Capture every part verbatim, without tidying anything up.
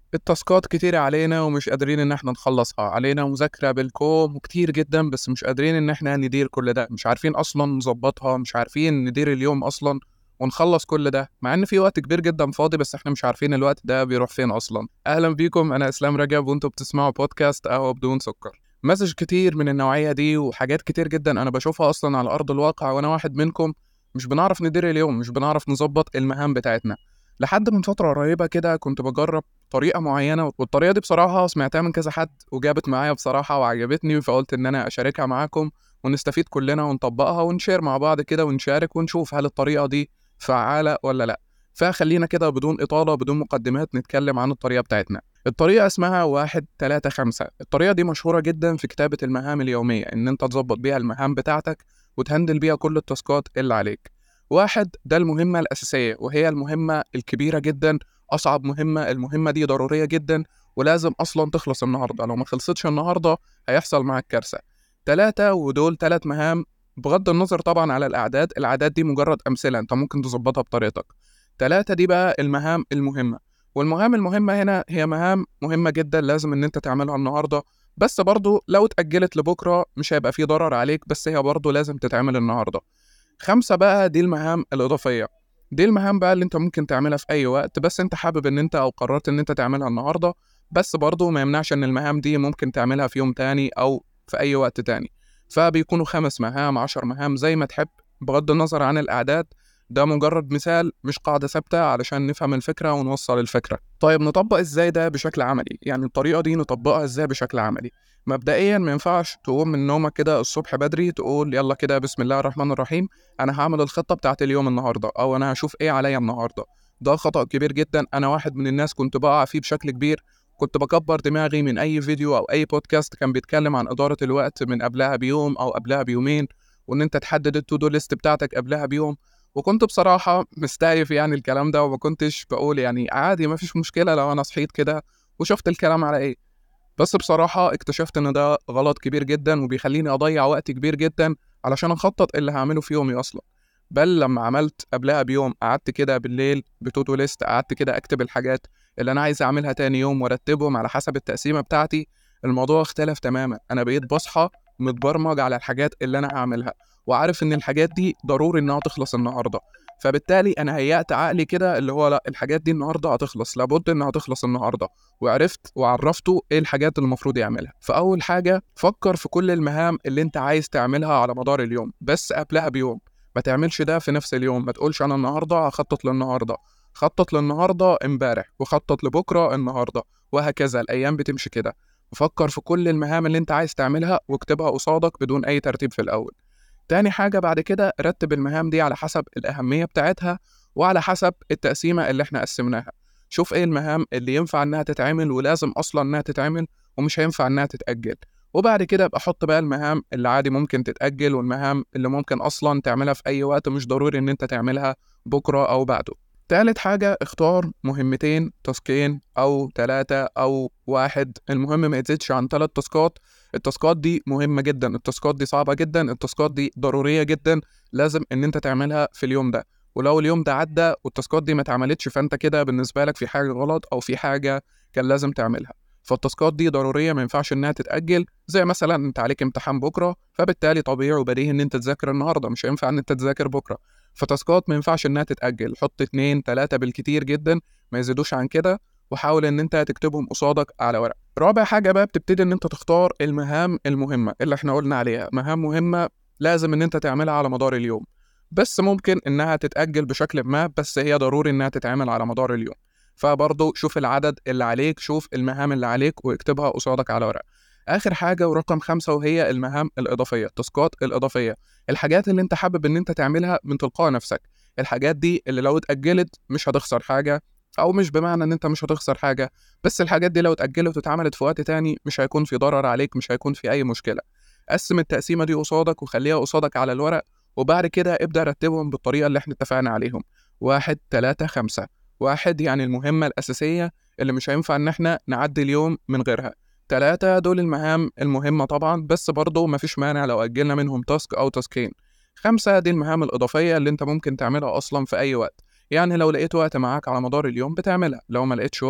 التاسكات كتيرة علينا ومش قادرين إن إحنا نخلّصها، علينا مذاكرة بالكوم وكتير جدًا، بس مش قادرين إن إحنا ندير كل ده، مش عارفين أصلًا نضبّطها، مش عارفين ندير اليوم أصلًا ونخلّص كل ده، مع إن في وقت كبير جدًا فاضي بس إحنا مش عارفين الوقت ده بيروح فين أصلًا. أهلًا بيكم، أنا إسلام رجب وأنتم بتسمعوا بودكاست قهوة بدون سكر. مسج كتير من النوعية دي وحاجات كتير جدًا أنا باشوفها أصلًا على أرض الواقع وأنا واحد منكم، مش بنعرف ندير اليوم، مش بنعرف نضبّط المهام بتاعتنا. لحد من فترة قريبة كده كنت باجرّب طريقة معيّنة، والطريقة دي بصراحة سمعتها من كذا حد وجابت معايا بصراحة وعجبتني، فقُلت إن أنا أشاركها معاكم ونستفيد كلّنا ونطبّقها ونshare مع بعض كده ونشارك ونشوف هل الطريقة دي فعّالة والّا لأ. فخلّينا كده بدون إطالة بدون مقدمات نتكلّم عن الطريقة بتاعتنا. الطريقة اسمها واحد، تلاتة، خمسة. الطريقة دي مشهورة جدًا في كتابة المهام اليومية، إن أنت تضبّط بيها المهام بتاعتك وتهندل بيها كل التاسكات اللي عليك. واحد ده المهمة الأساسية وهي المهمة الكبيرة جدًا، أصعب مهمة، المهمة دي ضرورية جدًا ولازم أصلًا تخلص النهارده، لو ما خلصتش النهارده هيحصل معاك كارثة. تلاتة ودول تلات مهام بغض النظر طبعًا على الأعداد، الأعداد دي مجرد أمثلة أنت ممكن تضبطها بطريقتك. تلاتة دي بقى المهام المهمة، والمهام المهمة هنا هي مهام مهمة جدًا لازم إن أنت تعملها النهارده، بس برضه لو اتأجلت لبكرة مش هيبقى في ضرر عليك، بس هي برضه لازم تتعمل النهارده. خمسة بقى دي المهام الإضافية، دي المهام بقى اللي أنت ممكن تعملها في أي وقت، بس أنت حابب إن أنت أو قررت إن أنت تعملها النهارده، بس برضه ما يمنعش إن المهام دي ممكن تعملها في يوم تاني أو في أي وقت تاني. فبيكونوا خمس مهام، عشر مهام زي ما تحب بغض النظر عن الأعداد، ده مجرد مثال مش قاعدة ثابتة علشان نفهم الفكرة ونوصّل الفكرة. طيب نطبّق إزاي ده بشكل عملي؟ يعني الطريقة دي نطبّقها إزاي بشكل عملي؟ مبدئيًا ما ينفعش تقوم من نومك كده الصبح بدري تقول يالّا كده بسم الله الرحمن الرحيم أنا هاعمل الخطة بتاعة اليوم النهارده، أو أنا هاشوف إيه عليَّ النهارده. ده خطأ كبير جدًا، أنا واحد من الناس كنت باقع فيه بشكل كبير، كنت باكبّر دماغي من أي فيديو أو أي بودكاست كان بيتكلم عن إدارة الوقت من قبلها بيوم أو قبلها بيومين، وإن أنت تحدد الto do list بتاعتك قبلها بيوم، وكنت بصراحة مستايف يعني الكلام ده، وما كنتش باقول يعني عادي ما فيش مشكلة لو أنا صحيت كده وشُفت الكلام على إيه. بس بصراحة اكتشفت إن ده غلط كبير جدًا، وبيخلّيني أضيّع وقت كبير جدًا علشان أخطّط اللي هاعمله في يومي أصلًا، بل لمّا عملت قبلها بيوم قعدت كده بالليل بto-do list قعدت كده أكتب الحاجات اللي أنا عايز أعملها تاني يوم وأرتّبهم على حسب التقسيمة بتاعتي، الموضوع اختلف تمامًا، أنا بقيت باصحى متبرمج على الحاجات اللي أنا هاعملها، وعارف إن الحاجات دي ضروري إنها تخلص النهارده، فبالتالي أنا هيّأت عقلي كده اللي هو لأ الحاجات دي النهارده هتخلص، لابد إنها تخلص النهارده. وعرفت وعرّفته إيه الحاجات اللي المفروض يعملها. فأول حاجة فكّر في كل المهام اللي أنت عايز تعملها على مدار اليوم، بس قبلها بيوم، ما تعملش ده في نفس اليوم، ما تقولش أنا النهارده هاخطط للنهارده، خطط للنهارده امبارح، وخطط لبكرة النهارده، وهكذا الأيام بتمشي كده. فكّر في كل المهام اللي أنت عايز تعملها واكتبها قصادك بدون أي ترتيب في الأول. تاني حاجة بعد كده رتّب المهام دي على حسب الأهمية بتاعتها، وعلى حسب التقسيمة اللي إحنا قسّمناها. شوف إيه المهام اللي ينفع إنها تتعمل ولازم أصلًا إنها تتعمل، ومش هينفع إنها تتأجل. وبعد كده ابقى حُط بقى المهام اللي عادي ممكن تتأجل، والمهام اللي ممكن أصلًا تعملها في أي وقت مش ضروري إن أنت تعملها بُكرة أو بعده. تالت حاجة اختار مهمتين، تاسكين أو تلاتة أو واحد، المهم ما يزيدش عن تلات تاسكات. التاسكات دي مهمة جدًا، التاسكات دي صعبة جدًا، التاسكات دي ضرورية جدًا، لازم إن أنت تعملها في اليوم ده. ولو اليوم ده عدّى والتاسكات دي ما اتعملتش فأنت كده بالنسبة لك في حاجة غلط أو في حاجة كان لازم تعملها. فالتاسكات دي ضرورية ما ينفعش إنها تتأجل، زي مثلًا أنت عليك امتحان بُكرة، فبالتالي طبيعي وبديهي إن أنت تذاكر النهارده، مش هينفع إن أنت تذاكر بُكرة. فتاسكات ما ينفعش إنها تتأجل، حُط اتنين، تلاتة بالكتير جدًا، ما يزيدوش عن كده، وحاول إن أنت تكتبهم قصادك على ورق. رابع حاجة بقى بتبتدي إن أنت تختار المهام المهمة اللي إحنا قُلنا عليها، مهام مهمة لازم إن أنت تعملها على مدار اليوم، بس ممكن إنها تتأجل بشكلٍ ما، بس هي ضروري إنها تتعمل على مدار اليوم. فبرضه شوف العدد اللي عليك، شوف المهام اللي عليك واكتبها قصادك على ورق. آخر حاجة ورقم خمسة وهي المهام الإضافية، التاسكات الإضافية، الحاجات اللي أنت حابب إن أنت تعملها من تلقاء نفسك. الحاجات دي اللي لو اتأجلت مش هتخسر حاجة، أو مش بمعنى إن أنت مش هتخسر حاجة، بس الحاجات دي لو اتأجلت واتعملت في وقت تاني مش هيكون في ضرر عليك، مش هيكون في أي مشكلة. قسّم التقسيمة دي قصادك وخلّيها قصادك على الورق، وبعد كده ابدأ رتّبهم بالطريقة اللي إحنا اتفقنا عليهم. واحد، تلاتة، خمسة. واحد يعني المهمة الأساسية اللي مش هينفع إن إحنا نعدّي اليوم من غيرها. تلاتة دول المهام المهمة طبعًا، بس برضه ما فيش مانع لو أجّلنا منهم تاسك أو تاسكين. خمسة دي المهام الإضافية اللي أنت ممكن تعملها أصلًا في أي وقت، يعني لو لقيت وقت معاك على مدار اليوم بتعملها، لو ما لقيتش وقت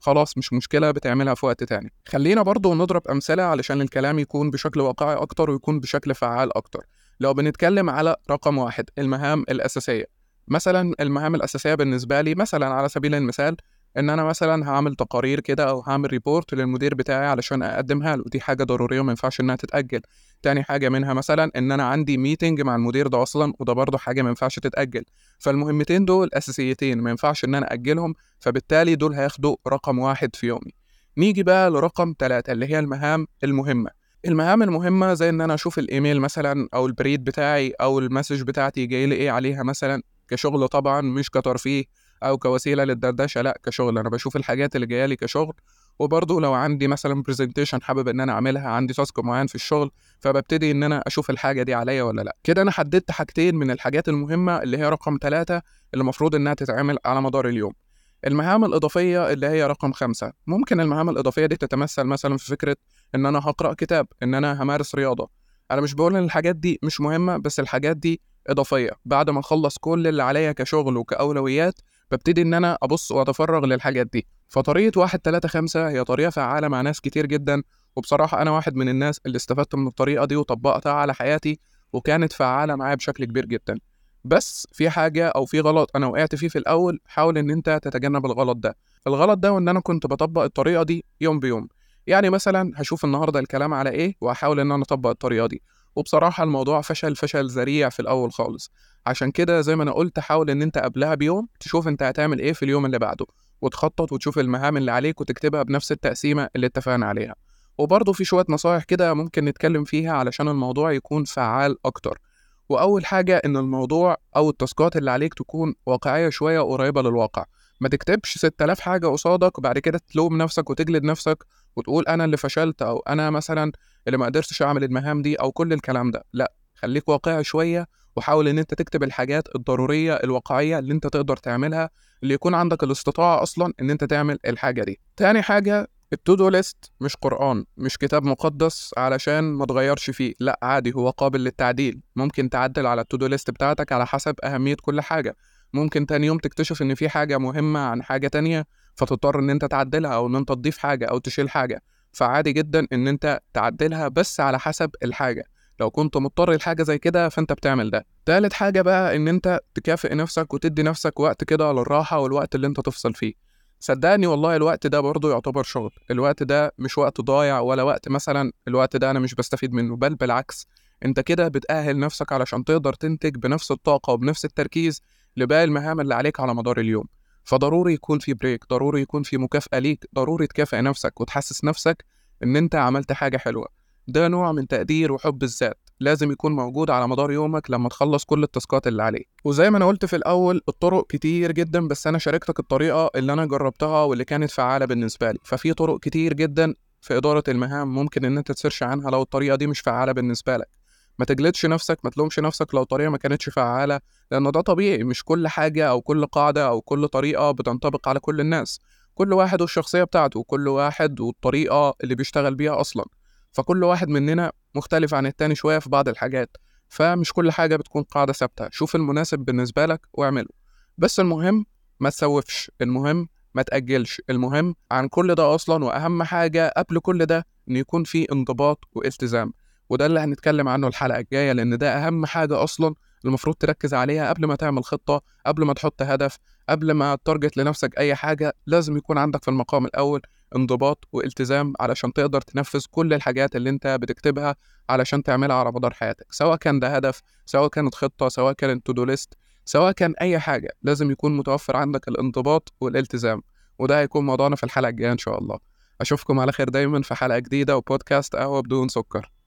خلاص مش مشكلة، بتعملها في وقت تاني. خلينا برضو نضرب أمثلة علشان الكلام يكون بشكل واقعي أكتر ويكون بشكل فعال أكتر. لو بنتكلم على رقم واحد، المهام الأساسية. مثلا المهام الأساسية بالنسبة لي، مثلا على سبيل المثال، إن أنا مثلا هعمل تقارير كده أو هعمل ريبورت للمدير بتاعي علشان أقدمها له، دي حاجة ضرورية وما ينفعش إنها تتأجل. تاني حاجة منها مثلا إن أنا عندي ميتنج مع المدير ده أصلا، وده برضه حاجة ما ينفعش تتأجل. فالمهمتين دول أساسيتين ما ينفعش إن أنا أجلهم، فبالتالي دول هياخدوا رقم واحد في يومي. نيجي بقى لرقم ثلاثة اللي هي المهام المهمة. المهام المهمة زي إن أنا أشوف الإيميل مثلا أو البريد بتاعي أو المسج بتاعتي جاي لي إيه عليها مثلا، كشغل طبعا مش كترفيه أو كوسيلة للدردشة، لأ كشغل. أنا بشوف الحاجات اللي جاية لي كشغل. وبرضه لو عندي مثلا برزنتيشن حابب إن أنا أعملها، عندي تاسك معين في الشغل، فببتدي إن أنا أشوف الحاجة دي عليا ولا لأ. كده أنا حددت حاجتين من الحاجات المهمة اللي هي رقم ثلاثة اللي المفروض إنها تتعمل على مدار اليوم. المهام الإضافية اللي هي رقم خمسة، ممكن المهام الإضافية دي تتمثل مثلا في فكرة إن أنا هقرأ كتاب، إن أنا همارس رياضة. أنا مش بقول إن الحاجات دي مش مهمة، بس الحاجات دي إضافية. بعد ما أخلص كل اللي عليا كشغل وكأولويات، ببتدي إن أنا أبص وأتفرغ للحاجات دي. فطريقة واحد تلاتة خمسة هي طريقة فعالة مع ناس كتير جدا، وبصراحة أنا واحد من الناس اللي استفدت من الطريقة دي وطبقتها على حياتي، وكانت فعالة معايا بشكل كبير جدا. بس في حاجة أو في غلط أنا وقعت فيه في الأول، حاول إن أنت تتجنب الغلط ده. الغلط ده وإن أنا كنت بطبق الطريقة دي يوم بيوم. يعني مثلا هشوف النهاردة الكلام على إيه وهحاول إن أنا أطبق الطريقة دي. وبصراحة الموضوع فشل فشل ذريع في الأول خالص. عشان كده زي ما أنا قلت، حاول إن أنت قبلها بيوم تشوف أنت هتعمل إيه في اليوم اللي بعده، وتخطط وتشوف المهام اللي عليك وتكتبها بنفس التقسيمة اللي اتفقنا عليها. وبرضه في شوية نصايح كده ممكن نتكلم فيها علشان الموضوع يكون فعال أكتر. وأول حاجة إن الموضوع أو التاسكات اللي عليك تكون واقعية شوية وقريبة للواقع. ما تكتبش ستة آلاف حاجة قصادك وبعد كده تلوم نفسك وتجلد نفسك وتقول أنا اللي فشلت أو أنا مثلا اللي ما قدرتش أعمل المهام دي أو كل الكلام ده. لا، خليك واقعي شوية، وحاول إن أنت تكتب الحاجات الضرورية الواقعية اللي أنت تقدر تعملها، اللي يكون عندك الاستطاعة أصلا إن أنت تعمل الحاجة دي. تاني حاجة، التودو ليست مش قرآن، مش كتاب مقدس علشان ما تغيرش فيه. لا عادي، هو قابل للتعديل. ممكن تعدل على التودو ليست بتاعتك على حسب أهمية كل حاجة. ممكن تاني يوم تكتشف إن في حاجة مهمة عن حاجة تانية، فتضطر إن أنت تعدلها أو إن أنت تضيف حاجة أو تشيل حاجة. فعادي جدا إن أنت تعدلها بس على حسب الحاجة. لو كنت مضطر لحاجة زي كده فأنت بتعمل ده. تالت حاجة بقى إن أنت تكافئ نفسك وتدي نفسك وقت كده للراحة والوقت اللي أنت تفصل فيه. صدقني والله الوقت ده برضه يعتبر شغل. الوقت ده مش وقت ضايع ولا وقت مثلا الوقت ده أنا مش بستفيد منه، بل بالعكس، أنت كده بتأهل نفسك علشان تقدر تنتج بنفس الطاقة وبنفس التركيز لباقي المهام اللي عليك على مدار اليوم. فضروري يكون في بريك، ضروري يكون في مكافأة ليك، ضروري تكافئ نفسك وتحسس نفسك إن أنت عملت حاجة حلوة. ده نوع من تقدير وحب الذات لازم يكون موجود على مدار يومك لما تخلص كل التاسكات اللي عليك. وزي ما انا قلت في الاول، الطرق كتير جدا، بس انا شاركتك الطريقة اللي انا جربتها واللي كانت فعالة بالنسبة لي. ففي طرق كتير جدا في إدارة المهام ممكن ان انت تسيرش عنها لو الطريقة دي مش فعالة بالنسبة لك. ما تجلدش نفسك، ما تلومش نفسك لو الطريقة ما كانتش فعالة، لأن ده طبيعي. مش كل حاجة أو كل قاعدة أو كل طريقة بتنطبق على كل الناس. كل واحد والشخصية بتاعته، وكل واحد والطريقة اللي بيشتغل بيها أصلا. فكل واحد مننا مختلف عن التاني شوية في بعض الحاجات. فمش كل حاجة بتكون قاعدة ثابتة. شوف المناسب بالنسبة لك واعمله. بس المهم ما تسوفش، المهم ما تأجلش، المهم عن كل ده أصلا وأهم حاجة قبل كل ده إن يكون في انضباط والتزام. وده اللي هنتكلم عنه الحلقة الجاية، لأن ده أهم حاجة أصلا المفروض تركز عليها قبل ما تعمل خطة، قبل ما تحط هدف، قبل ما تارجت لنفسك أي حاجة. لازم يكون عندك في المقام الأول انضباط والتزام علشان تقدر تنفذ كل الحاجات اللي انت بتكتبها علشان تعملها على مدار حياتك، سواء كان ده هدف، سواء كانت خطة، سواء كانت تو دو ليست، سواء كان أي حاجة. لازم يكون متوفر عندك الانضباط والالتزام. وده هيكون موضوعنا في الحلقة الجاية إن شاء الله. أشوفكم على خير دايما في حلقة جديدة وبودكاست قهوة بدون سكر.